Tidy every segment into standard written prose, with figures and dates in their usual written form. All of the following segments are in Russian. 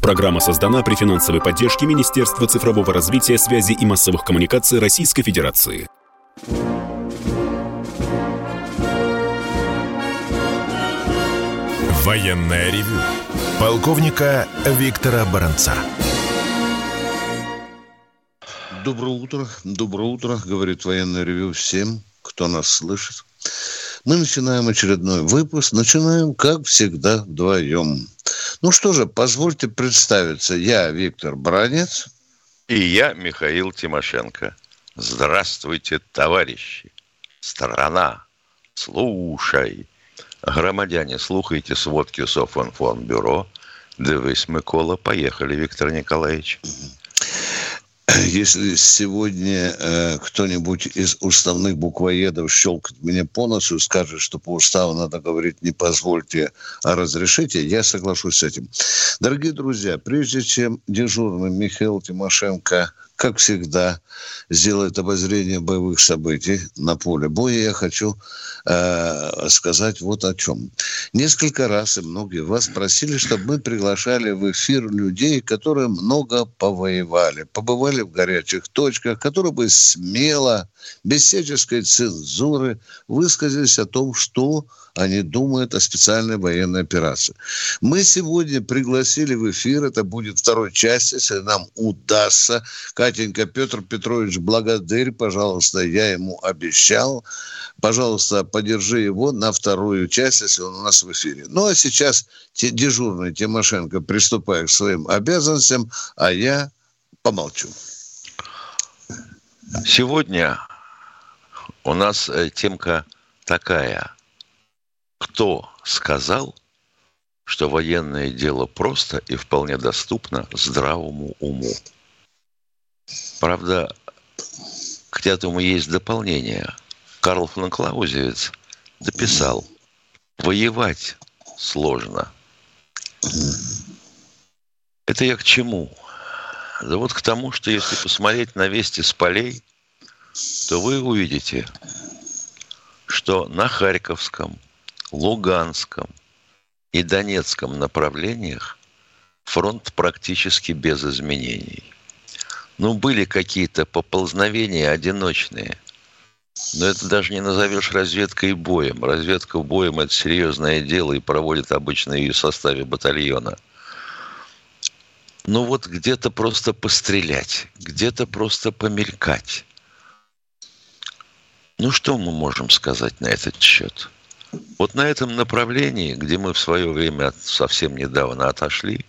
Программа создана при финансовой поддержке Министерства цифрового развития, связи и массовых коммуникаций Российской Федерации. Военное ревю полковника Виктора Баранца. Доброе утро, говорит Военное ревю всем, кто нас слышит. Мы начинаем очередной выпуск. Начинаем, как всегда, вдвоем. Ну что же, позвольте представиться. Я Виктор Баранец. И я Михаил Тимошенко. Здравствуйте, товарищи. Страна, слушай. Громадяне, слухайте сводки Софинформбюро. Дивись, Микола. Поехали, Виктор Николаевич. Если сегодня кто-нибудь из уставных буквоедов щелкает меня по носу и скажет, что по уставу надо говорить не позвольте, а разрешите, я соглашусь с этим. Дорогие друзья, прежде чем дежурный Михаил Тимошенко, как всегда, сделает обозрение боевых событий на поле боя, я хочу сказать вот о чем. Несколько раз и многие вас просили, чтобы мы приглашали в эфир людей, которые много повоевали, побывали в горячих точках, которые бы смело, без всяческой цензуры высказались о том, что они думают о специальной военной операции. Мы сегодня пригласили в эфир, это будет второй часть, если нам удастся. Катенька, Петр Петрович, благодарь, пожалуйста, я ему обещал. Пожалуйста, поддержи его на вторую часть, если он у нас в эфире. Ну, а сейчас дежурный Тимошенко приступает к своим обязанностям, а я помолчу. Сегодня у нас темка такая. Кто сказал, что военное дело просто и вполне доступно здравому уму? Правда, к этому есть дополнение. Карл фон Клаузевиц дописал: воевать сложно. Это я к чему? Да вот к тому, что если посмотреть на вести с полей, то вы увидите, что на Харьковском, Луганском и Донецком направлениях фронт практически без изменений. Ну, были какие-то поползновения одиночные, но это даже не назовешь разведкой боем. Разведка боем – это серьезное дело и проводит обычно ее в составе батальона. Ну вот где-то просто пострелять, где-то просто помелькать. Ну что мы можем сказать на этот счет? Вот на этом направлении, где мы в свое время совсем недавно отошли,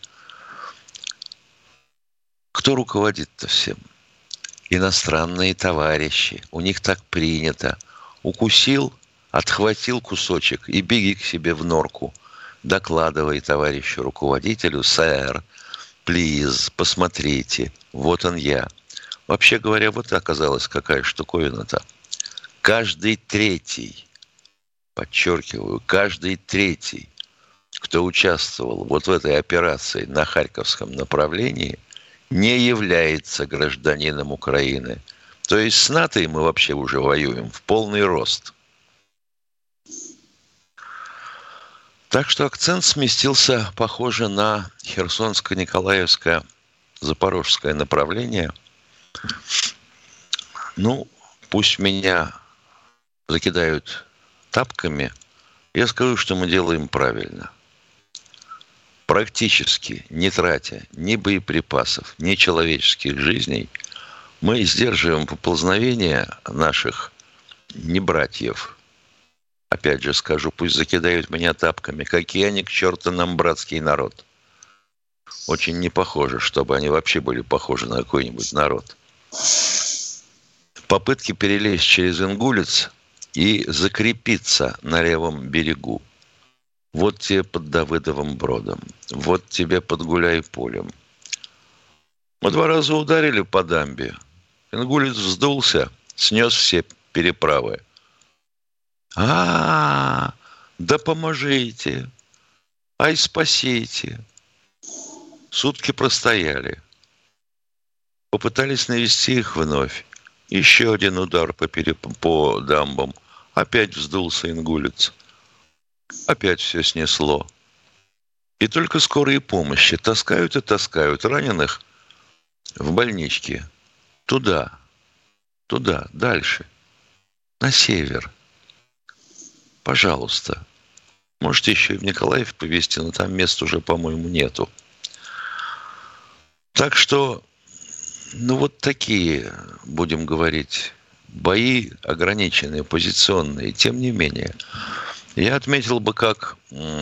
кто руководит-то всем? Иностранные товарищи. У них так принято. Укусил, отхватил кусочек и беги к себе в норку. Докладывай товарищу руководителю: сэр, плиз, посмотрите, вот он я. Вообще говоря, вот оказалась какая штуковина-то. Каждый третий, подчеркиваю, каждый третий, кто участвовал вот в этой операции на Харьковском направлении, не является гражданином Украины. То есть с НАТО мы вообще уже воюем в полный рост. Так что акцент сместился, похоже, на Херсонско-Николаевское, Запорожское направление. Ну, пусть меня закидают тапками, я скажу, что мы делаем правильно. Практически не тратя ни боеприпасов, ни человеческих жизней, мы сдерживаем поползновения наших небратьев. Опять же скажу, пусть закидают меня тапками. Какие они к черту нам братский народ? Очень не похоже, чтобы они вообще были похожи на какой-нибудь народ. Попытки перелезть через Ингулец и закрепиться на левом берегу. Вот тебе под Давыдовым Бродом, вот тебе под Гуляй-Полем. Мы 2 раза ударили по дамбе. Ингулец вздулся, снес все переправы. Да поможите, ай спасите. Сутки простояли. Попытались навести их вновь. Еще один удар по дамбам. Опять вздулся Ингулец. Опять все снесло. И только скорые помощи таскают и таскают раненых в больничке. Туда, дальше, на север. Пожалуйста. Можете еще и в Николаев повезти, но там мест уже, по-моему, нету. Так что, вот такие, будем говорить, бои ограниченные, позиционные. Тем не менее, я отметил бы как,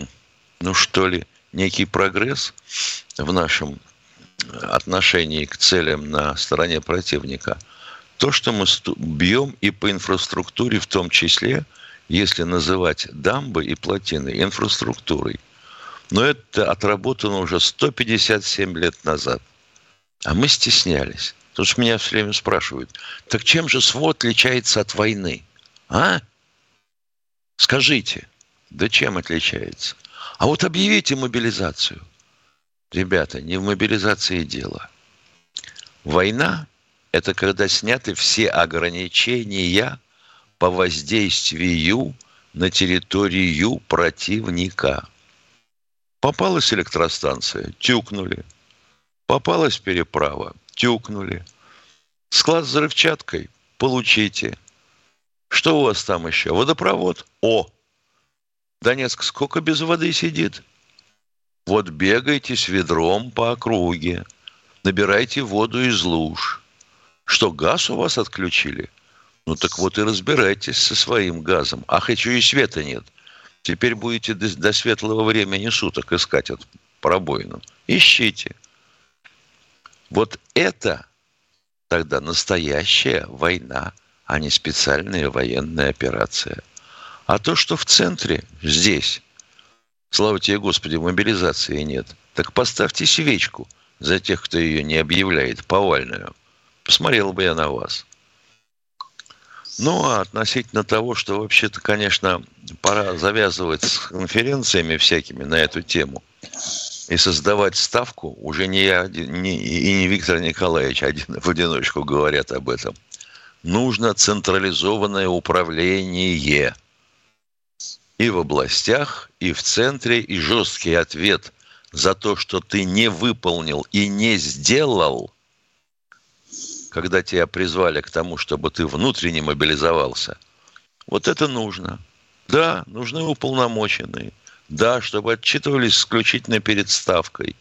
некий прогресс в нашем отношении к целям на стороне противника. То, что мы бьем и по инфраструктуре, в том числе, если называть дамбы и плотины инфраструктурой. Но это отработано уже 157 лет назад. А мы стеснялись. Потому что меня все время спрашивают, так чем же СВО отличается от войны? А? Скажите, да чем отличается? А вот объявите мобилизацию. Ребята, не в мобилизации дело. Война – это когда сняты все ограничения по воздействию на территорию противника. Попалась электростанция – тюкнули. Попалась переправа – тюкнули. Склад с взрывчаткой – получите. Что у вас там еще? Водопровод? Донецк сколько без воды сидит? Вот бегайте с ведром по округе. Набирайте воду из луж. Что, газ у вас отключили? Так вот и разбирайтесь со своим газом. Ах, еще и света нет. Теперь будете до светлого времени суток искать эту пробоину. Ищите. Вот это тогда настоящая война, а не специальная военная операция. А то, что в центре, здесь, слава тебе, Господи, мобилизации нет, так поставьте свечку за тех, кто ее не объявляет, повальную. Посмотрел бы я на вас. А относительно того, что вообще-то, конечно, пора завязывать с конференциями всякими на эту тему и создавать ставку, уже не я и не Виктор Николаевич в одиночку говорят об этом. Нужно централизованное управление и в областях, и в центре, и жесткий ответ за то, что ты не выполнил и не сделал, когда тебя призвали к тому, чтобы ты внутренне мобилизовался. Вот это нужно. Да, нужны уполномоченные. Да, чтобы отчитывались исключительно перед ставкой.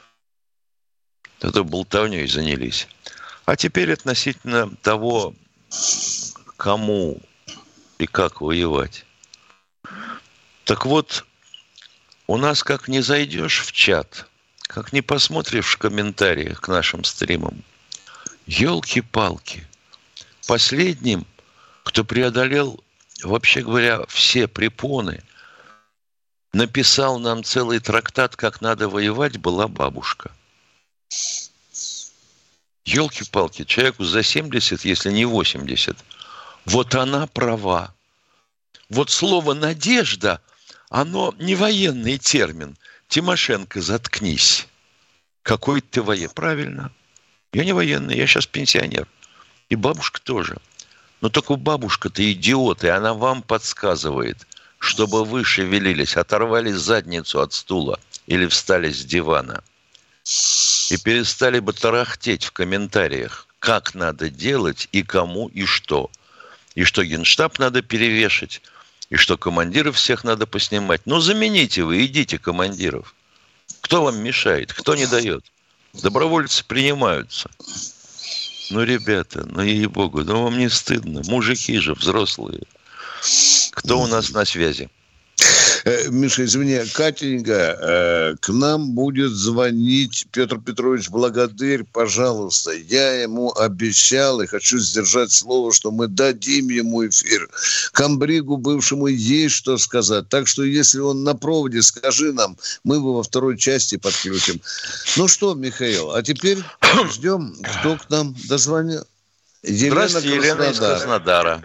Это болтовней занялись. А теперь относительно того, кому и как воевать. Так вот, у нас как не зайдешь в чат, как не посмотришь в комментариях к нашим стримам, елки-палки. Последним, кто преодолел, вообще говоря, все препоны, написал нам целый трактат, как надо воевать, была бабушка. Елки-палки, человеку за 70, если не 80. Вот она права. Вот слово «надежда», оно не военный термин. Тимошенко, заткнись. Какой ты военный? Правильно. Я не военный, я сейчас пенсионер. И бабушка тоже. Но только бабушка-то идиот, и она вам подсказывает, чтобы вы шевелились, оторвали задницу от стула или встали с дивана. И перестали бы тарахтеть в комментариях, как надо делать и кому и что. И что Генштаб надо перевешать, и что командиров всех надо поснимать. Замените вы, идите командиров. Кто вам мешает, кто не дает? Добровольцы принимаются. Ребята, ей-богу, вам не стыдно. Мужики же взрослые. Кто у нас на связи? Миша, извини, Катенька, к нам будет звонить Петр Петрович Благодырь, пожалуйста. Я ему обещал и хочу сдержать слово, что мы дадим ему эфир. Комбригу бывшему есть что сказать. Так что, если он на проводе, скажи нам, мы его во второй части подключим. Что, Михаил, а теперь ждем, кто к нам дозвонил. Здравствуйте, Елена из Краснодара.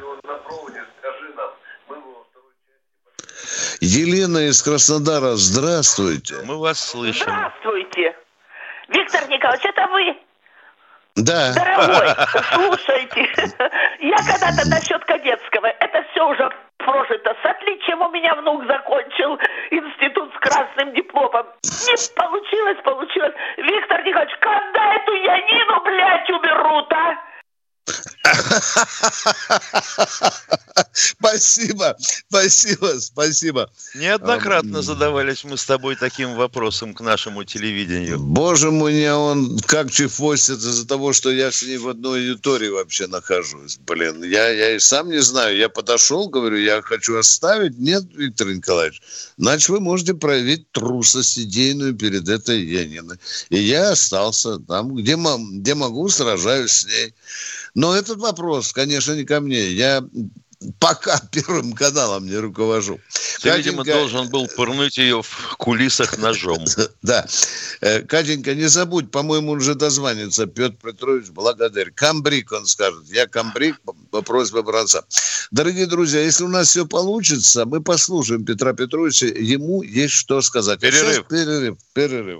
Елена из Краснодара, здравствуйте. Мы вас слышим. Здравствуйте. Виктор Николаевич, это вы? Да. Дорогой, слушайте, я когда-то насчет кадетского, это все уже прожито. С отличием у меня внук закончил институт с красным дипломом. Не получилось. Виктор Николаевич, когда эту Янину, блядь, уберут, а? Спасибо. Неоднократно задавались мы с тобой таким вопросом к нашему телевидению. Боже мой, меня он как чефосит из-за того, что я с ней в одной аудитории вообще нахожусь. Блин, я и сам не знаю. Я подошел, говорю, я хочу оставить. Нет, Виктор Николаевич. Значит, вы можете проявить трусость идейную перед этой Яниной. И я остался там, где могу, сражаюсь с ней. Но этот вопрос, конечно, не ко мне. Я пока Первым каналом не руковожу. Ты, видимо, должен был пырнуть ее в кулисах ножом. Да. Катенька, не забудь, по-моему, он же дозвонится. Петр Петрович, благодарь. Камбрик, он скажет. Я камбрик по просьбе Баранца. Дорогие друзья, если у нас все получится, мы послушаем Петра Петровича. Ему есть что сказать. Перерыв.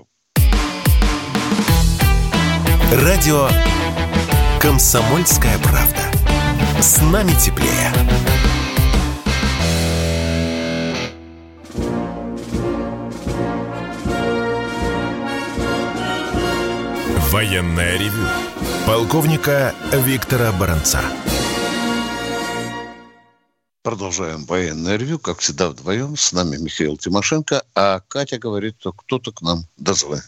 Радио «Комсомольская правда». С нами теплее. Военное ревю полковника Виктора Баранца. Продолжаем военное ревю, как всегда, вдвоем. С нами Михаил Тимошенко, а Катя говорит, что кто-то к нам дозвонил.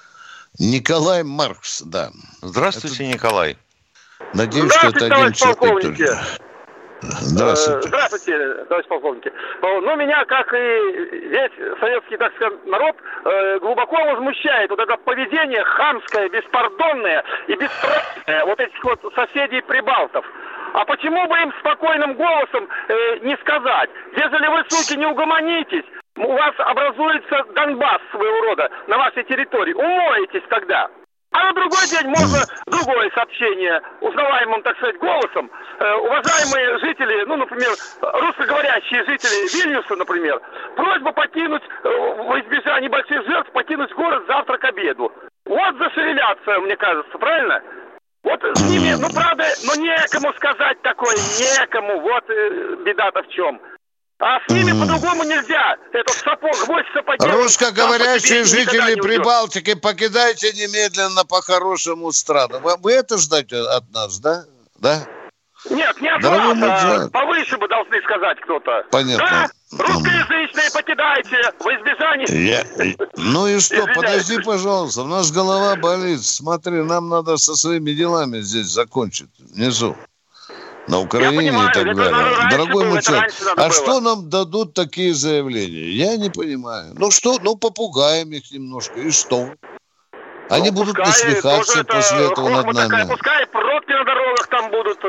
Николай Маркс, да. Здравствуйте, Николай. Надеюсь, что это один человек. Здравствуйте. Здравствуйте, товарищ полковники. Ну, меня, как и весь советский, так сказать, народ, глубоко возмущает вот это поведение хамское, беспардонное и бесправное вот этих вот соседей прибалтов. А почему бы им спокойным голосом не сказать, ежели вы, суки, не угомонитесь, у вас образуется Донбасс своего рода на вашей территории, умоетесь тогда. А на другой день можно другое сообщение узнаваемым, так сказать, голосом. Уважаемые жители, ну, например, русскоговорящие жители Вильнюса, например, просьба покинуть, во избежание больших жертв, покинуть город завтра к обеду. Вот зашевелятся, мне кажется, правильно? Вот с ними, ну, правда, но некому сказать такое, некому. Вот беда-то в чем. А с ними по-другому нельзя. Этот сапог, гвоздь сапоги. Русскоговорящие жители Прибалтики, покидайте немедленно по-хорошему страну. Вы это ждете от нас, да? Да? Нет, не от вас, повыше бы должны сказать кто-то. Понятно. Да? Русскоязычные покидайте во избежание... Ну и что, подожди, пожалуйста, у нас голова болит. Смотри, нам надо со своими делами здесь закончить внизу. На Украине и так далее. Дорогой мой человек, что нам дадут такие заявления? Я не понимаю. Ну что, попугаем их немножко, и что? Они будут насмехаться после этого над нами. Пускай пробки на дорогах там будут.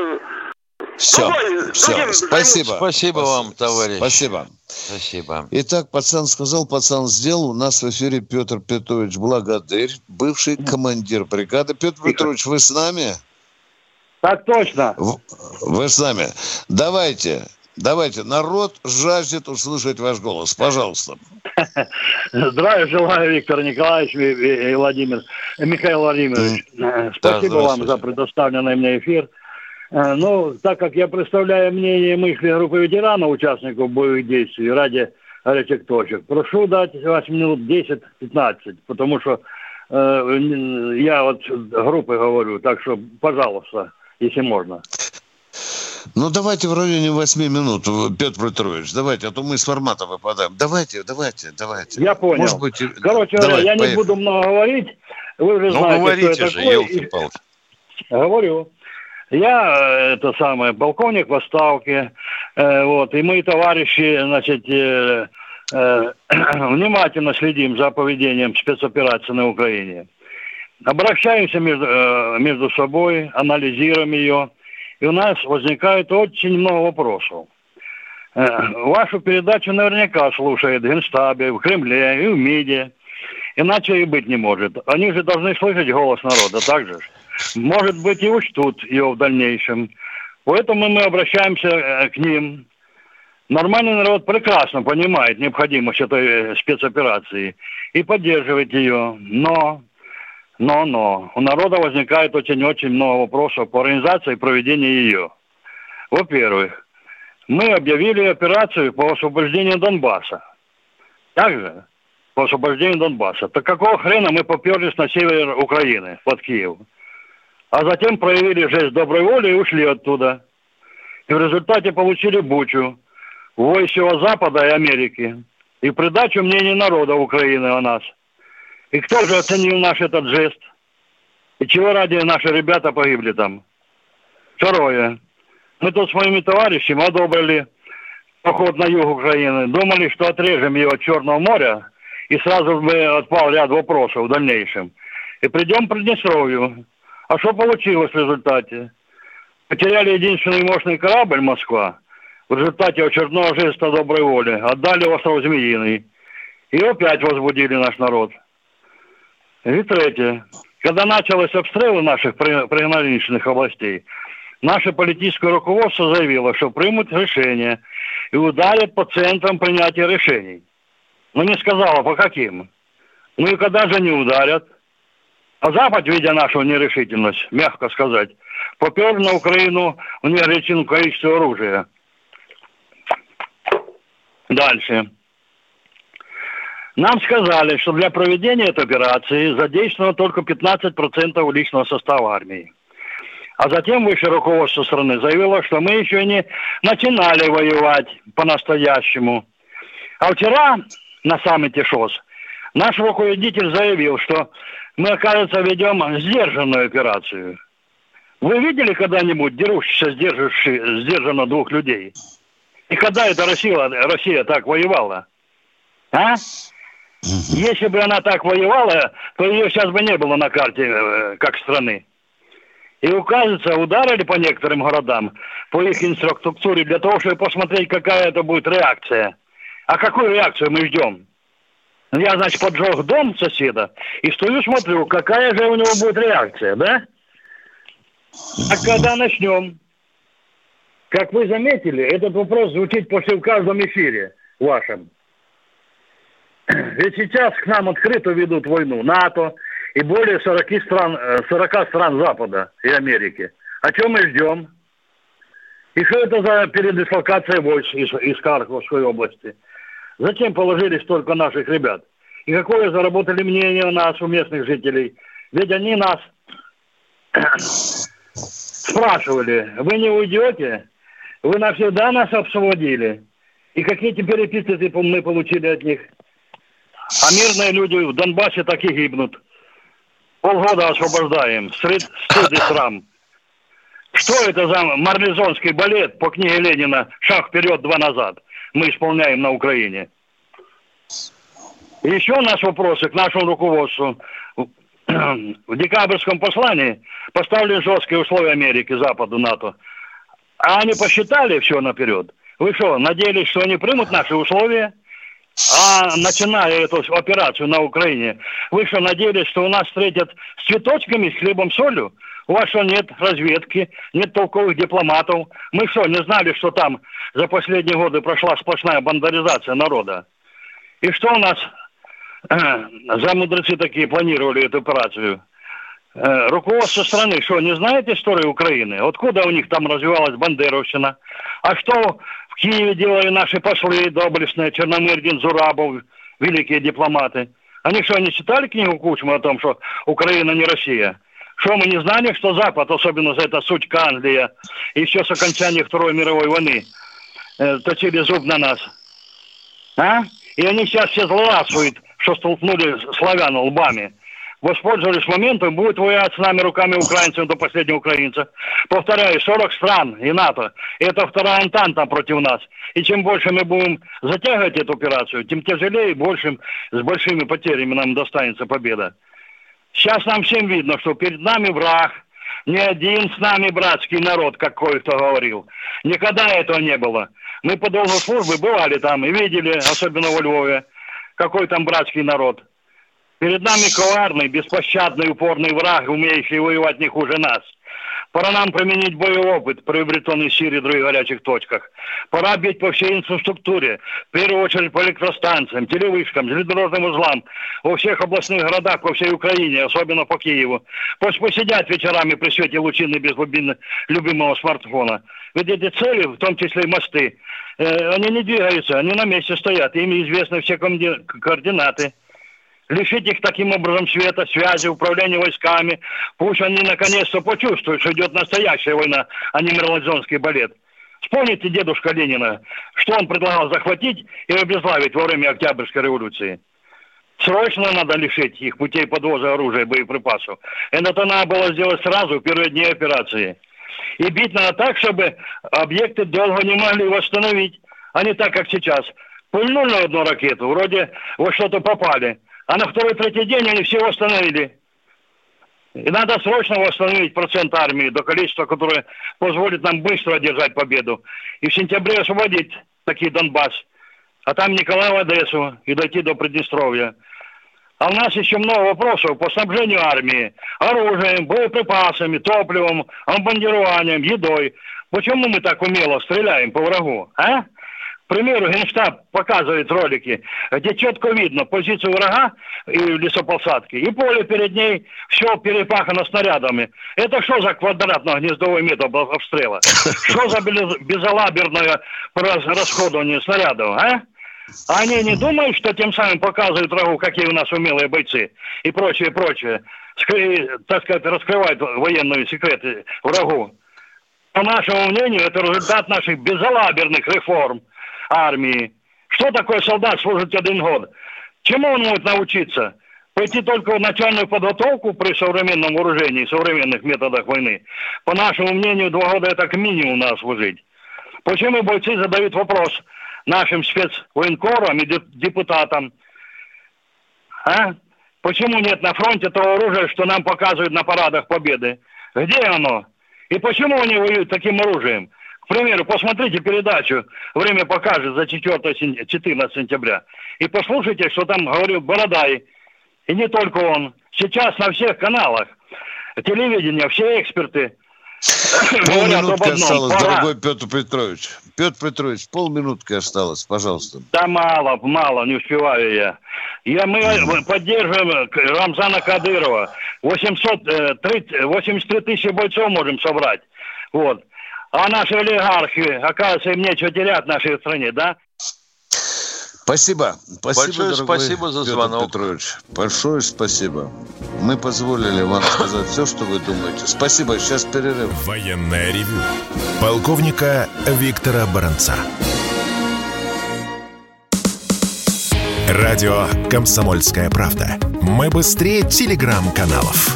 Все. Спасибо. Спасибо вам, товарищ. Спасибо. Итак, пацан сказал, пацан сделал. У нас в эфире Петр Петрович Благодарь, бывший командир бригады. Петр Петрович, вы с нами? Так точно. Вы с нами. Давайте. Народ жаждет услышать ваш голос. Пожалуйста. Здравия желаю, Виктор Николаевич и Михаил Владимирович. Спасибо вам за предоставленный мне эфир. Ну, так как я представляю мнение мысли группы ветеранов, участников боевых действий ради горячих точек, прошу дать вас минут 10-15, потому что я вот группы говорю, так что, пожалуйста, если можно. Ну, давайте в районе 8 минут, Петр Петрович, давайте, а то мы с формата выпадаем. Давайте. Я понял. Может быть, короче говоря, я не буду много говорить. Вы уже знаете, говорите что же, такое. елки-палки. Говорю. Я, полковник в отставке, и мы, товарищи, внимательно следим за поведением спецоперации на Украине. Обращаемся между собой, анализируем ее, и у нас возникает очень много вопросов. Вашу передачу наверняка слушают в Генштабе, в Кремле и в МИДе, иначе и быть не может. Они же должны слышать голос народа, так же? Может быть, и учтут ее в дальнейшем. Поэтому мы обращаемся к ним. Нормальный народ прекрасно понимает необходимость этой спецоперации и поддерживает ее. Но Но у народа возникает очень-очень много вопросов по организации и проведению ее. Во-первых, мы объявили операцию по освобождению Донбасса. Также по освобождению Донбасса. Так какого хрена мы поперлись на север Украины, под Киев? А затем проявили жест доброй воли и ушли оттуда. И в результате получили бучу, вой всего Запада и Америки. И придачу мнений народа Украины о нас. И кто же оценил наш этот жест? И чего ради наши ребята погибли там? Второе. Мы тут с моими товарищами одобрили поход на юг Украины. Думали, что отрежем ее от Черного моря, и сразу бы отпал ряд вопросов в дальнейшем. И придем к Приднестровью. А что получилось в результате? Потеряли единственный мощный корабль «Москва». В результате очередного жеста доброй воли отдали остров Змеиный. И опять возбудили наш народ. И третье. Когда начались обстрелы наших приграничных областей, наше политическое руководство заявило, что примут решение и ударят по центрам принятия решений. Но не сказала, по каким. Ну и когда же не ударят? А Запад, видя нашу нерешительность, мягко сказать, попер на Украину в неограниченном количестве оружия. Дальше. Нам сказали, что для проведения этой операции задействовано только 15% личного состава армии. А затем высшее руководство страны заявило, что мы еще не начинали воевать по-настоящему. А вчера на саммите ШОС наш руководитель заявил, что мы, оказывается, ведем сдержанную операцию. Вы видели когда-нибудь дерущихся сдержанно двух людей? И когда это Россия так воевала? А? Если бы она так воевала, то ее сейчас бы не было на карте как страны. И, указывается, ударили по некоторым городам, по их инфраструктуре, для того, чтобы посмотреть, какая это будет реакция. А какую реакцию мы ждем? Я, значит, поджег дом соседа и стою, смотрю, какая же у него будет реакция, да? А когда начнем? Как вы заметили, этот вопрос звучит почти в каждом эфире вашем. Ведь сейчас к нам открыто ведут войну НАТО и более 40 стран Запада и Америки. О чем мы ждем? И что это за передислокация войск из Харьковской области? Зачем положили столько наших ребят? И какое заработали мнение у нас, у местных жителей? Ведь они нас спрашивали, вы не уйдете? Вы навсегда нас освободили? И какие теперь эпитеты мы получили от них? А мирные люди в Донбассе так и гибнут. Полгода освобождаем. Стыд и срам. Что это за марлезонский балет по книге Ленина «Шаг вперед, два назад» мы исполняем на Украине? И еще у нас вопросы к нашему руководству. В декабрьском послании поставили жесткие условия Америки, Западу, НАТО. А они посчитали все наперед. Вы что, надеялись, что они примут наши условия? А начиная эту операцию на Украине, вы что, надеялись, что у нас встретят с цветочками, с хлебом, солью? У вас что, нет разведки, нет толковых дипломатов? Мы что, не знали, что там за последние годы прошла сплошная бандеризация народа? И что у нас за мудрецы такие планировали эту операцию? Руководство страны, что, не знает истории Украины? Откуда у них там развивалась бандеровщина? А что в Киеве делали наши послы доблестные, Черномырдин, Зурабов, великие дипломаты? Они что, не читали книгу Кучмы о том, что Украина не Россия? Что, мы не знали, что Запад, особенно за это сучка Англия, и все с окончания Второй мировой войны, точили зуб на нас? А? И они сейчас все злорадствуют, что столкнули славян лбами. Воспользовались моментом, будут воевать с нами руками украинцев до последнего украинца. Повторяю, 40 стран и НАТО. Это вторая антанта против нас. И чем больше мы будем затягивать эту операцию, тем тяжелее и с большими потерями нам достанется победа. Сейчас нам всем видно, что перед нами враг. Не один с нами братский народ, как кое-кто говорил. Никогда этого не было. Мы по долгу службы бывали там и видели, особенно во Львове, какой там братский народ. Перед нами коварный, беспощадный, упорный враг, умеющий воевать не хуже нас. Пора нам применить боевой опыт, приобретенный в Сирии и других горячих точках. Пора бить по всей инфраструктуре, в первую очередь по электростанциям, телевышкам, железнодорожным узлам, во всех областных городах, по всей Украине, особенно по Киеву. Пусть посидят вечерами при свете лучины без любимого смартфона. Ведь эти цели, в том числе и мосты, они не двигаются, они на месте стоят, им известны все координаты. Лишить их таким образом света, связи, управления войсками. Пусть они наконец-то почувствуют, что идет настоящая война, а не мерлезонский балет. Вспомните дедушка Ленина, что он предлагал захватить и обезглавить во время Октябрьской революции. Срочно надо лишить их путей подвоза оружия и боеприпасов. Это надо было сделать сразу, в первые дни операции. И бить надо так, чтобы объекты долго не могли восстановить. А не так, как сейчас. Пульнули на одну ракету, вроде во что-то попали. А на второй-третий день они все восстановили. И надо срочно восстановить процент армии до количества, которое позволит нам быстро одержать победу. И в сентябре освободить такие Донбасс. А там Николаев, Одессу и дойти до Приднестровья. А у нас еще много вопросов по снабжению армии. Оружием, боеприпасами, топливом, бомбардированием, едой. Почему мы так умело стреляем по врагу, а? К примеру, Генштаб показывает ролики, где четко видно позицию врага и лесополосатки, и поле перед ней, все перепахано снарядами. Это что за квадратно-гнездовой метод обстрела? Что за безалаберное расходование снарядов, а? А они не думают, что тем самым показывают врагу, какие у нас умелые бойцы и прочее, прочее. Так сказать, раскрывают военные секреты врагу. По нашему мнению, это результат наших безалаберных реформ армии. Что такое солдат служит 1 год? Чему он может научиться? Пойти только в начальную подготовку при современном вооружении, современных методах войны. По нашему мнению, 2 года это к минимуму надо служить. Почему бойцы задают вопрос нашим спецвоенкорам и депутатам? А? Почему нет на фронте того оружия, что нам показывают на парадах победы? Где оно? И почему они воюют таким оружием? К примеру, посмотрите передачу «Время покажет» за 14 сентября. И послушайте, что там говорил Бородай. И не только он. Сейчас на всех каналах телевидения, все эксперты Полминутки осталось, дорогой Петр Петрович. Петр Петрович, полминутки осталось, пожалуйста. Да мало, не успеваю я. Мы поддерживаем Рамзана Кадырова. 83 тысячи бойцов можем собрать. Вот. А наши олигархи, оказывается, им нечего терять в нашей стране, да? Спасибо. Большое спасибо за звонок. Петр Петрович, большое спасибо. Мы позволили вам сказать все, что вы думаете. Спасибо, сейчас перерыв. Военное ревю полковника Виктора Баранца. Радио «Комсомольская правда». Мы быстрее телеграм-каналов.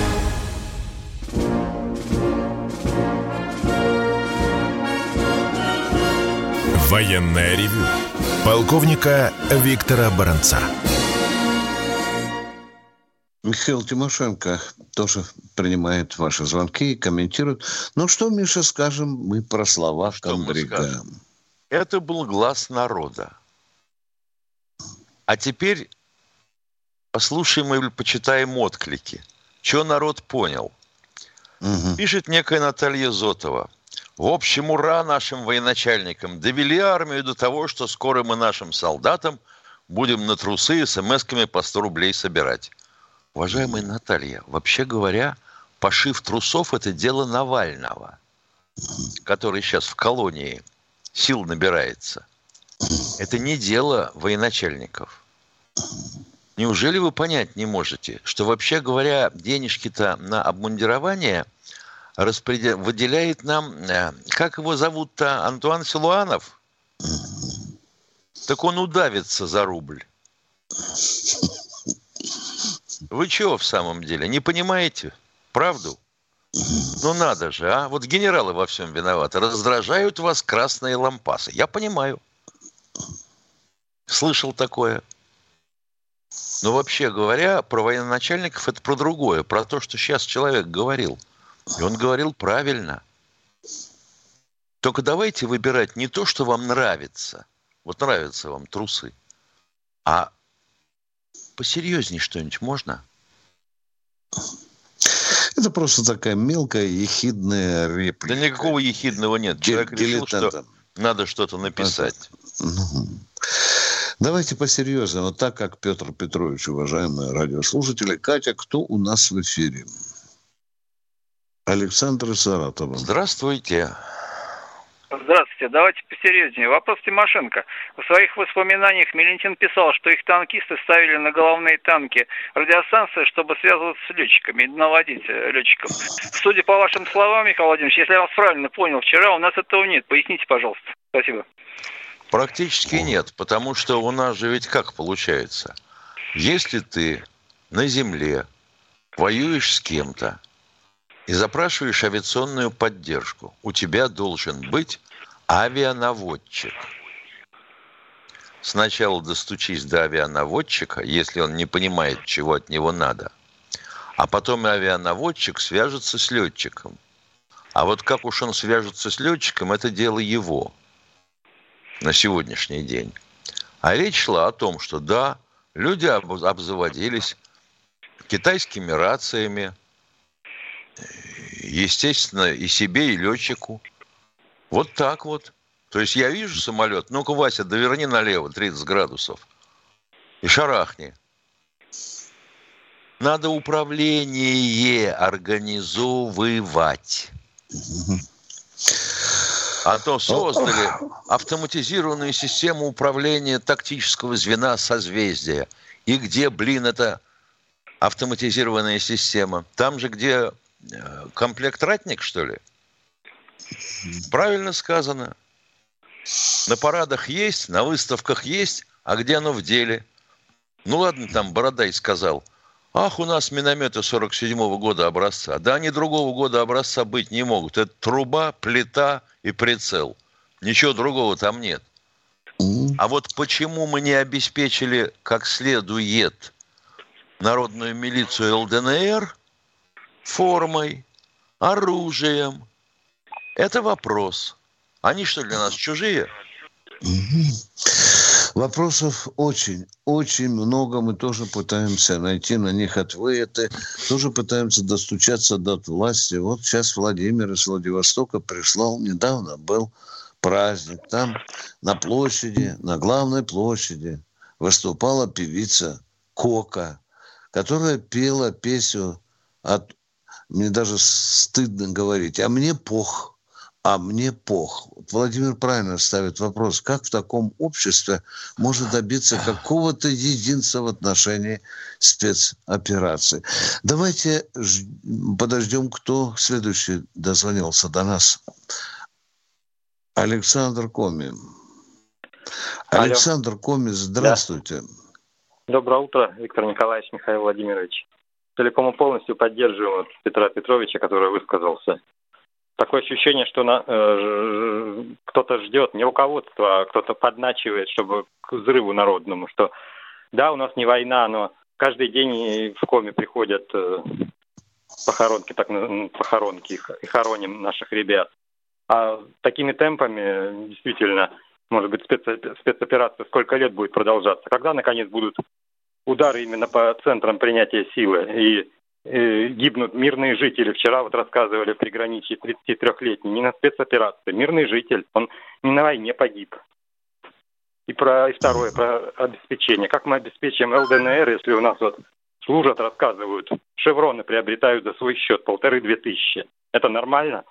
Военное ревю полковника Виктора Баранца. Михаил Тимошенко тоже принимает ваши звонки и комментирует. Ну что, Миша, скажем мы про слова Кондрика? Это был глаз народа. А теперь послушаем или почитаем отклики. Что народ понял? Угу. Пишет некая Наталья Зотова. В общем, ура нашим военачальникам. Довели армию до того, что скоро мы нашим солдатам будем на трусы смс-ками по 100 рублей собирать. Уважаемая Наталья, вообще говоря, пошив трусов – это дело Навального, который сейчас в колонии сил набирается. Это не дело военачальников. Неужели вы понять не можете, что, вообще говоря, денежки-то на обмундирование выделяет нам, как его зовут-то, Антуан Силуанов? Так он удавится за рубль. Вы чего в самом деле? Не понимаете правду? Ну надо же, а? Вот генералы во всем виноваты. Раздражают вас красные лампасы. Я понимаю. Слышал такое. Но вообще говоря, про военачальников это про другое. Про то, что сейчас человек говорил. И он говорил правильно. Только давайте выбирать не то, что вам нравится. Вот нравятся вам трусы. А посерьезнее что-нибудь можно? Это просто такая мелкая ехидная реплика. Да никакого ехидного нет. Человек решил, что надо что-то написать. Давайте посерьезнее. Вот так, как Петр Петрович, уважаемые радиослушатели. Катя, кто у нас в эфире? Александр из Саратова. Здравствуйте. Здравствуйте. Давайте посерьезнее. Вопрос Тимошенко. В своих воспоминаниях Мелентин писал, что их танкисты ставили на головные танки радиостанции, чтобы связываться с летчиками и наводить летчиков. Судя по вашим словам, Михаил Владимирович, если я вас правильно понял вчера, у нас этого нет. Поясните, пожалуйста. Спасибо. Практически нет, потому что у нас же ведь как получается? Если ты на земле воюешь с кем-то и запрашиваешь авиационную поддержку, у тебя должен быть авианаводчик. Сначала достучись до авианаводчика, если он не понимает, чего от него надо. А потом и авианаводчик свяжется с летчиком. А вот как уж он свяжется с летчиком, это дело его на сегодняшний день. А речь шла о том, что да, люди обзаводились китайскими рациями, естественно, и себе, и летчику. Вот так вот. То есть я вижу самолет, ну-ка, Вася, доверни налево 30 градусов и шарахни. Надо управление организовывать. А то создали автоматизированную систему управления тактического звена созвездия. И где, эта автоматизированная система? Там же, где комплект ратник, что ли? Правильно сказано. На парадах есть, на выставках есть, а где оно в деле? Ну ладно, там Бородай сказал, ах, у нас минометы 47-го года образца. Да они другого года образца быть не могут. Это труба, плита и прицел. Ничего другого там нет. А вот почему мы не обеспечили как следует народную милицию ЛДНР формой, оружием? Это вопрос. Они что, для нас чужие? Вопросов очень, очень много. Мы тоже пытаемся найти на них ответы. Тоже пытаемся достучаться до власти. Вот сейчас Владимир из Владивостока прислал. Недавно был праздник. Там на площади, на главной площади выступала певица Кока, которая пела песню мне даже стыдно говорить. А мне пох. А мне пох. Владимир правильно ставит вопрос, как в таком обществе можно добиться какого-то единства в отношении спецоперации. Давайте подождем, кто следующий дозвонился до нас. Александр Коми. Алло. Александр Коми, здравствуйте. Да. Доброе утро, Виктор Николаевич, Михаил Владимирович. Целиком и полностью поддерживаю Петра Петровича, который высказался. Такое ощущение, что кто-то ждет не руководство, а кто-то подначивает, чтобы к взрыву народному. Что да, у нас не война, но каждый день в Коми приходят похоронки и хороним наших ребят. А такими темпами действительно, может быть, спецоперация сколько лет будет продолжаться? Когда, наконец, будут удары именно по центрам принятия силы и гибнут мирные жители. Вчера вот рассказывали в приграничье 33-летний, не на спецоперации, мирный житель, он не на войне погиб. И второе, про обеспечение. Как мы обеспечим ЛДНР, если у нас вот служат, рассказывают, шевроны приобретают за свой счет 1500-2000. Это нормально?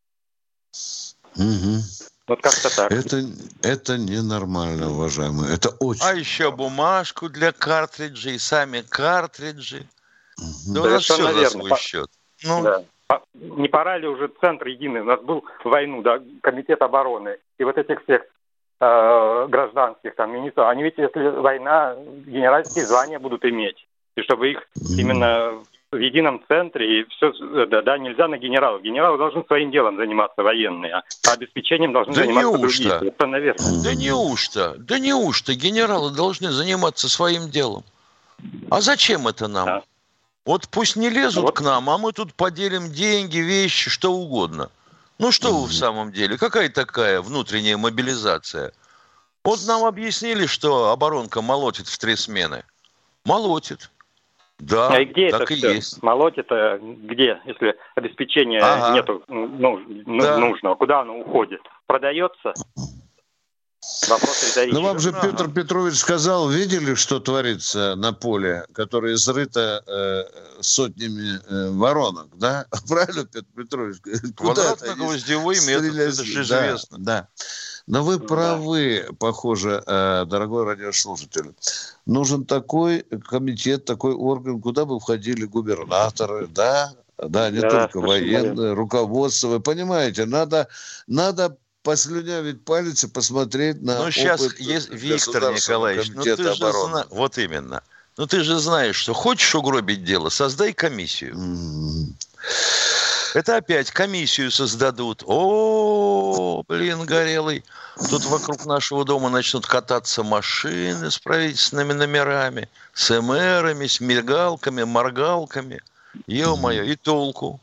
Угу. Вот как-то так. Это ненормально, уважаемые. Это очень... А еще бумажку для картриджей, сами картриджи. Да у нас все за свой счет. Да. Не пора ли уже центр единый? У нас был в войну, да, комитет обороны. И вот этих всех гражданских там министров, они ведь, если война, генеральские звания будут иметь. И чтобы их именно в едином центре, и все, да, нельзя на генералов. Генералы должны своим делом заниматься, военные, а обеспечением должны заниматься другие. Это, наверное. Да неужто генералы должны заниматься своим делом? А зачем это нам? Да. Вот пусть не лезут к нам, а мы тут поделим деньги, вещи, что угодно. Ну что вы в самом деле? Какая такая внутренняя мобилизация? Вот нам объяснили, что оборонка молотит в 3 смены. Молотит. Да, А где так это и все? есть. Молоть это где, если обеспечения нету нужного? Куда оно уходит? Продается? Вопрос риторический. Ну, вам же Петр Петрович сказал, видели, что творится на поле, которое изрыто сотнями воронок, да? Правильно, Петр Петрович? Квадратно-гвоздевой метод, это же известно. Да. Но вы правы, похоже, дорогой радиослушатель. Нужен такой комитет, такой орган, куда бы входили губернаторы, не только военные, руководство. Вы понимаете, надо послюнявить палец и посмотреть на опыт сейчас есть Виктор Николаевич, комитета обороны. Вот именно. Ну ты же знаешь, что хочешь угробить дело, создай комиссию. Это опять комиссию создадут. Горелый. Тут вокруг нашего дома начнут кататься машины с правительственными номерами, с МРами, с мигалками, моргалками. Ё-моё, и толку.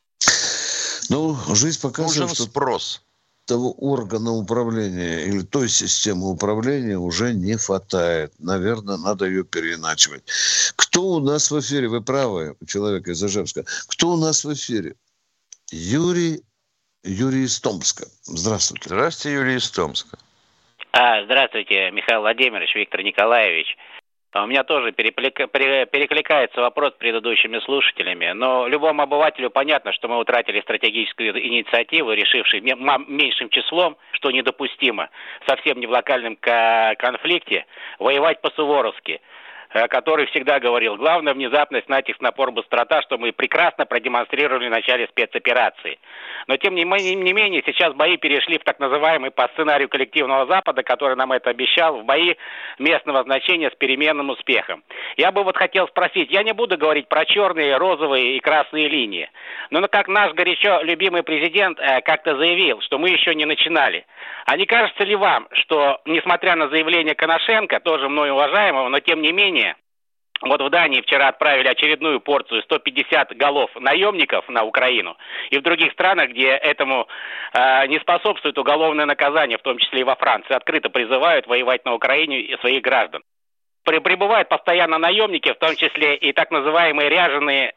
Ну, жизнь показывает, что спрос. Того органа управления или той системы управления уже не хватает. Наверное, надо ее переиначивать. Кто у нас в эфире? Вы правы, человек из Ижевска. Кто у нас в эфире? Юрий из Томска. Здравствуйте. Здравствуйте, Юрий из Томска. Здравствуйте, Михаил Владимирович, Виктор Николаевич. У меня тоже перекликается вопрос с предыдущими слушателями, но любому обывателю понятно, что мы утратили стратегическую инициативу, решившей меньшим числом, что недопустимо, совсем не в локальном конфликте, воевать по-суворовски, который всегда говорил, главное внезапность, натиск, напор, быстрота, что мы прекрасно продемонстрировали в начале спецоперации. Но тем не менее, сейчас бои перешли в так называемый по сценарию коллективного Запада, который нам это обещал, в бои местного значения с переменным успехом. Я бы хотел спросить, я не буду говорить про черные, розовые и красные линии, но как наш горячо любимый президент как-то заявил, что мы еще не начинали. А не кажется ли вам, что, несмотря на заявление Коношенко, тоже мной уважаемого, но тем не менее, вот в Дании вчера отправили очередную порцию 150 голов наемников на Украину, и в других странах, где этому не способствует уголовное наказание, в том числе и во Франции, открыто призывают воевать на Украине и своих граждан. Прибывают постоянно наемники, в том числе и так называемые ряженые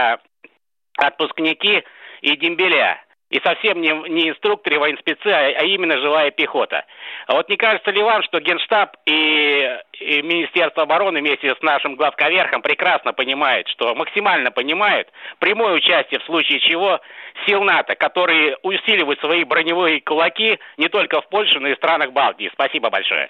отпускники и дембеля. И совсем не инструкторы, военспецы, а именно живая пехота. А вот не кажется ли вам, что Генштаб и Министерство обороны вместе с нашим главковерхом прекрасно понимают, что максимально понимают прямое участие в случае чего сил НАТО, которые усиливают свои броневые кулаки не только в Польше, но и в странах Балтии? Спасибо большое.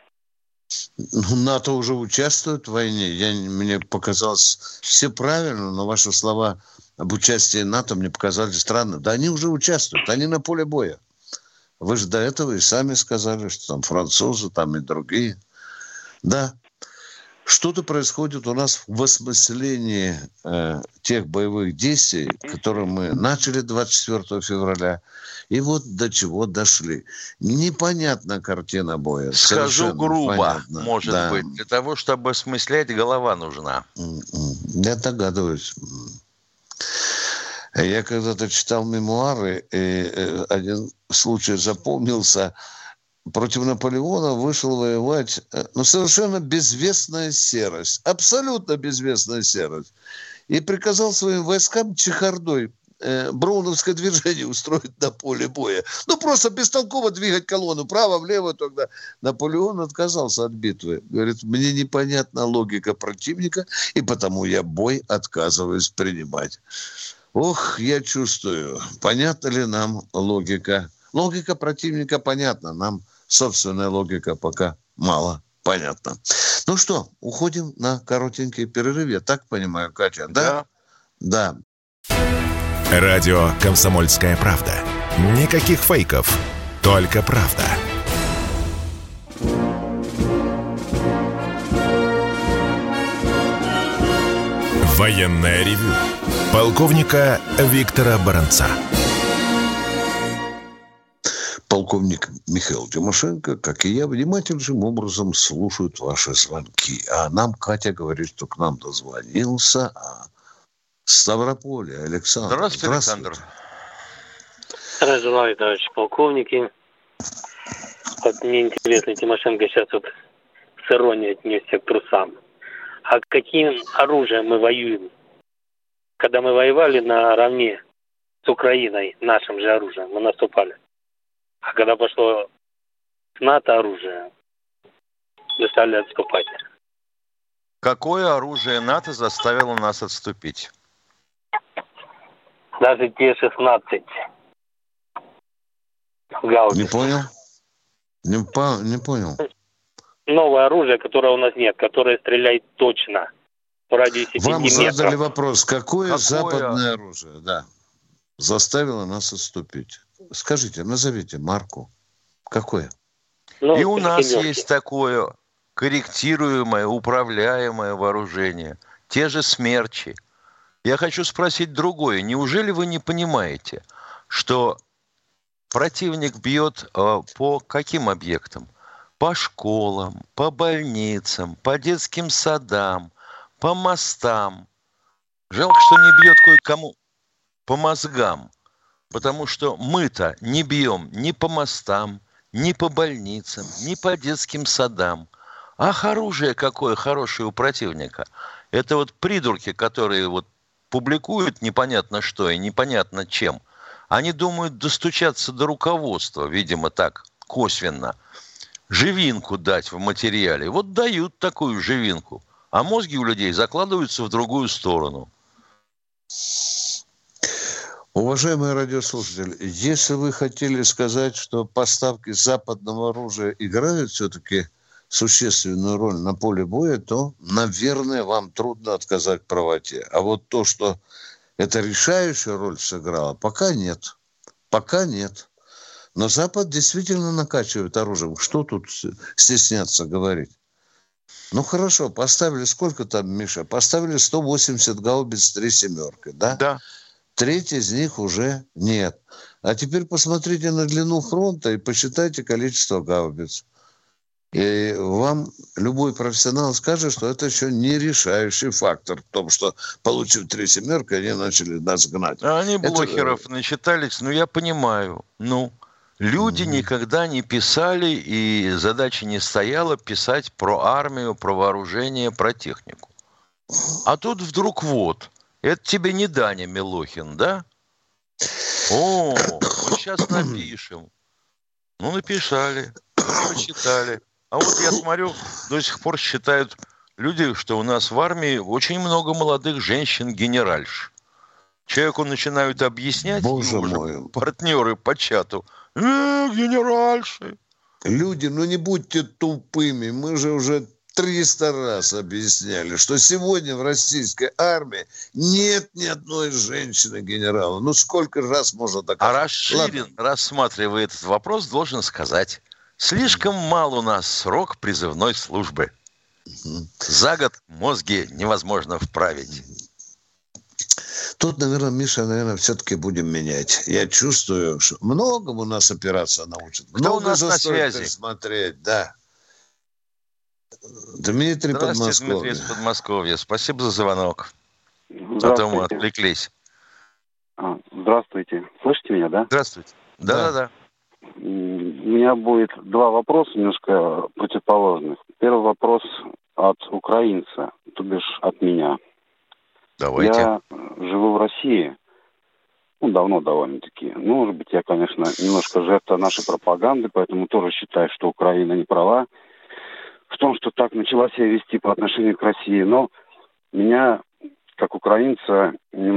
НАТО уже участвует в войне. Мне показалось все правильно, но ваши слова об участии НАТО мне показались странным. Да они уже участвуют, они на поле боя. Вы же до этого и сами сказали, что там французы, там и другие. Да, что-то происходит у нас в осмыслении тех боевых действий, которые мы начали 24 февраля, и вот до чего дошли. Непонятна картина боя. Скажу грубо, непонятно. Может быть. Для того, чтобы осмыслять, голова нужна. Я догадываюсь. Я когда-то читал мемуары, и один случай запомнился. Против Наполеона вышел воевать, совершенно безвестная серость, абсолютно безвестная серость. И приказал своим войскам чехардой броуновское движение устроить на поле боя. Просто бестолково двигать колонну право-влево. Тогда Наполеон отказался от битвы. Говорит, мне непонятна логика противника, и потому я бой отказываюсь принимать. Ох, я чувствую, понятна ли нам логика. Логика противника понятна, нам собственная логика пока мало понятна. Ну что, уходим на коротенький перерыв, я так понимаю, Катя, да? Да. Радио «Комсомольская правда». Никаких фейков, только правда. Военное ревю полковника Виктора Баранца. Полковник Михаил Тимошенко, как и я, внимательнейшим образом слушают ваши звонки. А нам Катя говорит, что к нам дозвонился Ставрополя Александр. Здравствуйте, Александр. Здравствуйте, товарищи полковники. Вот мне интересно, Тимошенко сейчас с иронией отнесся к трусам. А каким оружием мы воюем? Когда мы воевали наравне с Украиной, нашим же оружием, мы наступали. А когда пошло НАТО оружие, мы стали отступать. Какое оружие НАТО заставило нас отступить? Даже Т-16. Гаубиц. Не понял? Не понял. Новое оружие, которое у нас нет, которое стреляет точно в радиусе 5 метров. Вам задали вопрос, какое западное оружие, да, заставило нас отступить? Скажите, назовите марку. Какое? И у нас есть такое корректируемое, управляемое вооружение. Те же «Смерчи». Я хочу спросить другое. Неужели вы не понимаете, что противник бьет по каким объектам? По школам, по больницам, по детским садам, по мостам. Жалко, что не бьет кое-кому по мозгам. Потому что мы-то не бьем ни по мостам, ни по больницам, ни по детским садам. Ах, оружие какое хорошее у противника. Это вот придурки, которые вот публикуют непонятно что и непонятно чем. Они думают достучаться до руководства, видимо, так, косвенно. Живинку дать в материале. Вот дают такую живинку. А мозги у людей закладываются в другую сторону. Уважаемые радиослушатели, если вы хотели сказать, что поставки западного оружия играют все-таки существенную роль на поле боя, то, наверное, вам трудно отказать в правоте. А вот то, что это решающая роль сыграла, пока нет. Пока нет. Но Запад действительно накачивает оружием. Что тут стесняться говорить? Ну, хорошо, поставили сколько там, Миша? Поставили 180 гаубиц 3 семерки, да? Да. Треть из них уже нет. А теперь посмотрите на длину фронта и посчитайте количество гаубиц. И вам любой профессионал скажет, что это еще не решающий фактор в том, что, получив 3 семерки, они начали нас гнать. Они блохеров начитались, я понимаю. Люди никогда не писали, и задача не стояла писать про армию, про вооружение, про технику. А тут вдруг это тебе не Даня Милохин, да? Вот сейчас напишем. Написали, прочитали. А вот я смотрю, до сих пор считают люди, что у нас в армии очень много молодых женщин-генеральш. Человеку начинают объяснять, Боже мой. Партнеры по чату. Генеральши. Люди, не будьте тупыми. Мы же уже 300 раз объясняли, что сегодня в российской армии нет ни одной женщины-генерала. Сколько раз можно доказать? А Расширин, рассматривая этот вопрос, должен сказать: слишком мал у нас срок призывной службы. За год мозги невозможно вправить. Тут, Миша, все-таки будем менять. Я чувствую, что многому нас операция научит. Кто у нас на связи? Смотреть, да. Дмитрий Здравствуйте, Подмосковье. Дмитрий из Подмосковья. Спасибо за звонок. А то мы отвлеклись. Здравствуйте. Слышите меня, да? Здравствуйте. Да. У меня будет 2 вопроса немножко противоположных. Первый вопрос от украинца, то бишь от меня. Давайте. Я живу в России, давно довольно-таки. Может быть, я, конечно, немножко жертва нашей пропаганды, поэтому тоже считаю, что Украина не права в том, что так начала себя вести по отношению к России. Но меня, как украинца,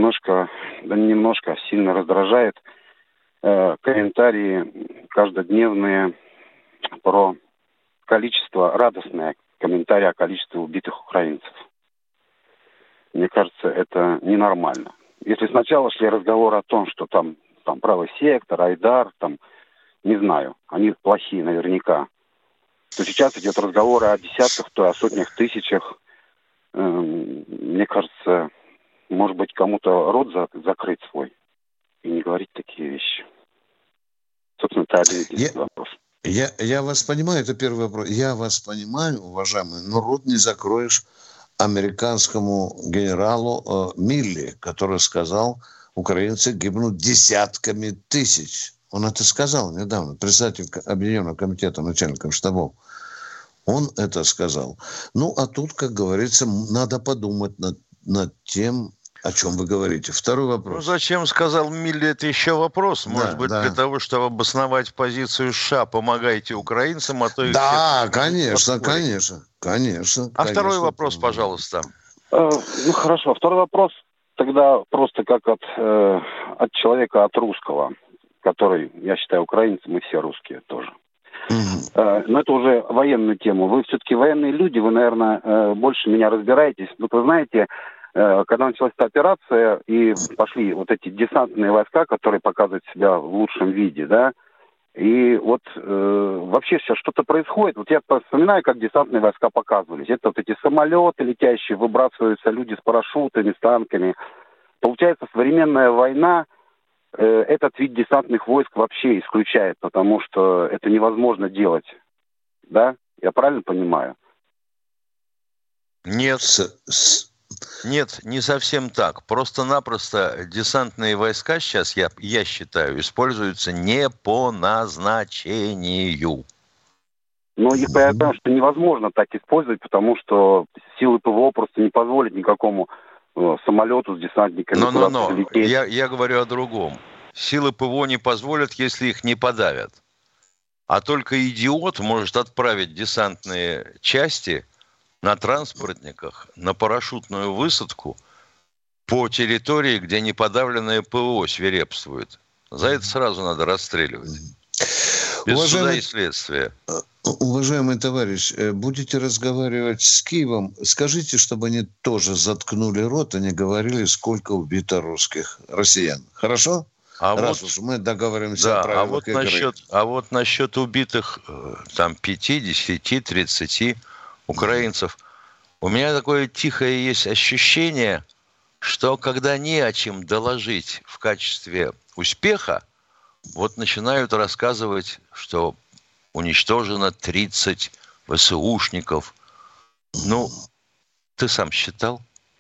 сильно раздражает комментарии каждодневные про радостные комментарии о количестве убитых украинцев. Мне кажется, это ненормально. Если сначала шли разговоры о том, что там правый сектор, Айдар, не знаю, они плохие наверняка, то сейчас идет разговор о десятках, то о сотнях тысячах. Мне кажется, может быть, кому-то рот закрыть свой и не говорить такие вещи. Собственно, это один вопрос. Я вас понимаю, это первый вопрос. Я вас понимаю, уважаемый, но рот не закроешь американскому генералу Милли, который сказал, украинцы гибнут десятками тысяч. Он это сказал недавно, председатель Объединенного комитета начальников штабов. Он это сказал. Ну, а тут, как говорится, надо подумать над тем, о чем вы говорите. Второй вопрос. Ну, зачем сказал Милли, это еще вопрос. Может быть, для того, чтобы обосновать позицию США, помогайте украинцам, а то их... Да, конечно. Второй вопрос, пожалуйста. Ну, хорошо. Второй вопрос тогда просто как от человека, от русского, который, я считаю, украинцы, мы все русские тоже. Но это уже военную тему. Вы все-таки военные люди, вы, наверное, больше меня разбираетесь. Вот вы знаете, когда началась эта операция и пошли вот эти десантные войска, которые показывают себя в лучшем виде, да, и вот вообще сейчас что-то происходит. Вот я вспоминаю, как десантные войска показывались. Это вот эти самолеты летящие, выбрасываются люди с парашютами, с танками. Получается, современная война этот вид десантных войск вообще исключает, потому что это невозможно делать. Да? Я правильно понимаю? Нет. Нет, не совсем так. Просто-напросто десантные войска сейчас, я считаю, используются не по назначению. Ну, я понимаю, что невозможно так использовать, потому что силы ПВО просто не позволят никакому самолету с десантниками куда-то лететь. Я говорю о другом. Силы ПВО не позволят, если их не подавят. А только идиот может отправить десантные части на транспортниках, на парашютную высадку по территории, где неподавленное ПВО свирепствует. За это сразу надо расстреливать. Без суда и следствия. Уважаемый товарищ, будете разговаривать с Киевом, скажите, чтобы они тоже заткнули рот и не говорили, сколько убито россиян. Хорошо? Раз уж мы договоримся о правилах игры. А вот насчет убитых там 5, 10, 30 украинцев, у меня такое тихое есть ощущение, что когда не о чем доложить в качестве успеха, вот начинают рассказывать, что уничтожено 30 ВСУшников. Ну, ты сам считал?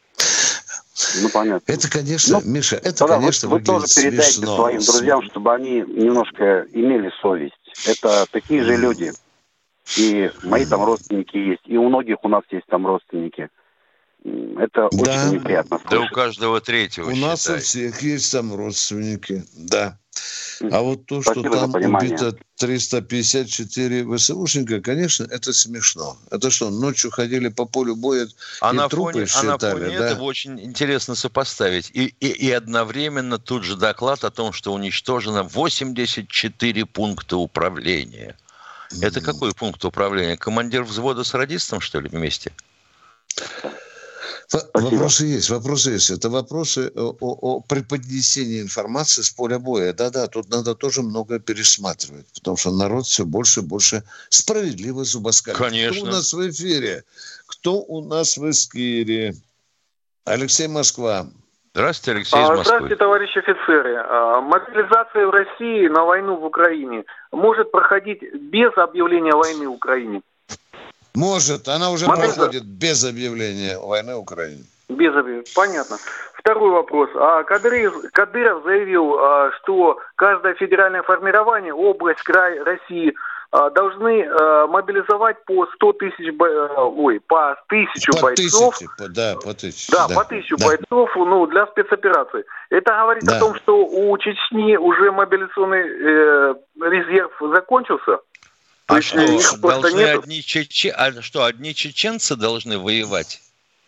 Ну, понятно. Это, конечно, Миша, это, конечно, вы тоже передайте смешно. Своим друзьям, чтобы они немножко имели совесть. Это такие же люди. И мои там родственники есть, и у многих у нас есть там родственники. Это очень неприятно слышать. Да у каждого третьего, у нас у всех есть там родственники, да. А вот то, что там убито 354 ВСУшника, конечно, это смешно. Это что, ночью ходили по полю боя и трупы считали? А на фоне этого очень интересно сопоставить. И одновременно тут же доклад о том, что уничтожено 84 пункта управления. Это какой пункт управления? Командир взвода с радистом, что ли, вместе? Вопросы есть. Это вопросы о преподнесении информации с поля боя. Да, тут надо тоже многое пересматривать, потому что народ все больше и больше справедливо зубоскалит. Конечно. Кто у нас в эфире? Алексей, Москва. Здравствуйте, Алексей из Москвы. Здравствуйте, товарищи офицеры. Мобилизация в России на войну в Украине может проходить без объявления войны в Украине? Может, она уже проходит без объявления войны в Украине. Без объявления, понятно. Второй вопрос. Кадыров заявил, что каждое федеральное формирование, область, край России должны мобилизовать по 100 тысяч, по 1000 бойцов. По 1000. Да, по 1000 бойцов, для спецопераций. Это говорит о том, что у Чечни уже мобилизационный резерв закончился? А что, должны одни чеченцы должны воевать?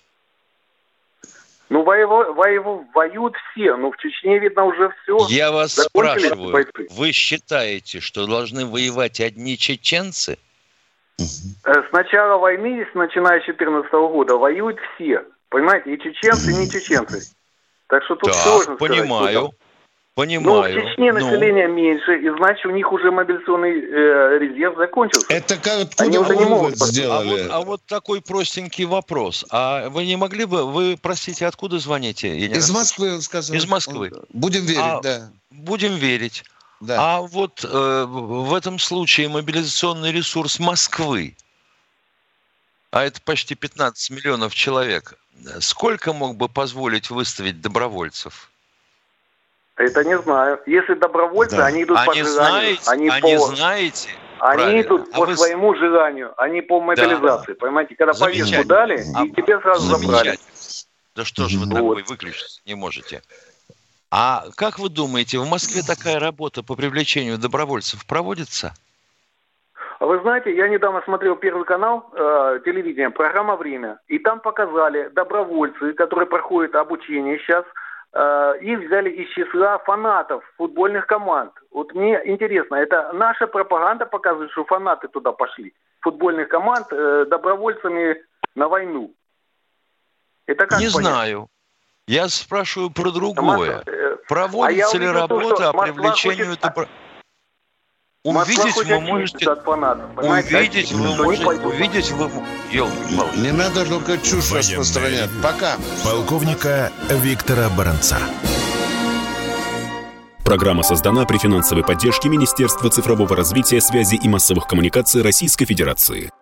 Ну, воюют все, но в Чечне, видно, уже все. Я вас спрашиваю, вы считаете, что должны воевать одни чеченцы? С начала войны, начиная с 2014 года, воюют все. Понимаете, и чеченцы, и не чеченцы. Так что тут сложно сказать. Понимаю. Но в Чечне население меньше, и значит, у них уже мобилизационный резерв закончился. Это откуда вывод сделали? А вот такой простенький вопрос. А вы не могли бы... Вы, простите, откуда звоните? Из Москвы, он сказал. Из Москвы. Будем верить, да. Будем верить. Да. А вот в этом случае мобилизационный ресурс Москвы, а это почти 15 миллионов человек, сколько мог бы позволить выставить добровольцев? Это не знаю. Если добровольцы, они идут по желанию. Не знаете? Они идут по своему желанию, а не по мобилизации. Понимаете, когда повестку дали, и тебе сразу забрали. Да что же вы такой выключить не можете? А как вы думаете, в Москве такая работа по привлечению добровольцев проводится? Вы знаете, я недавно смотрел Первый канал телевидения, программа «Время», и там показали добровольцы, которые проходят обучение сейчас, их взяли из числа фанатов футбольных команд. Вот мне интересно, это наша пропаганда показывает, что фанаты туда пошли, футбольных команд, добровольцами на войну? Это как не понять? Знаю. Я спрашиваю про другое. Проводится ли работа по привлечению... Увидеть вы можете... Увидеть вы... Не надо только чушь распространять. Пока. Полковника Виктора Баранца. Программа создана при финансовой поддержке Министерства цифрового развития, связи и массовых коммуникаций Российской Федерации.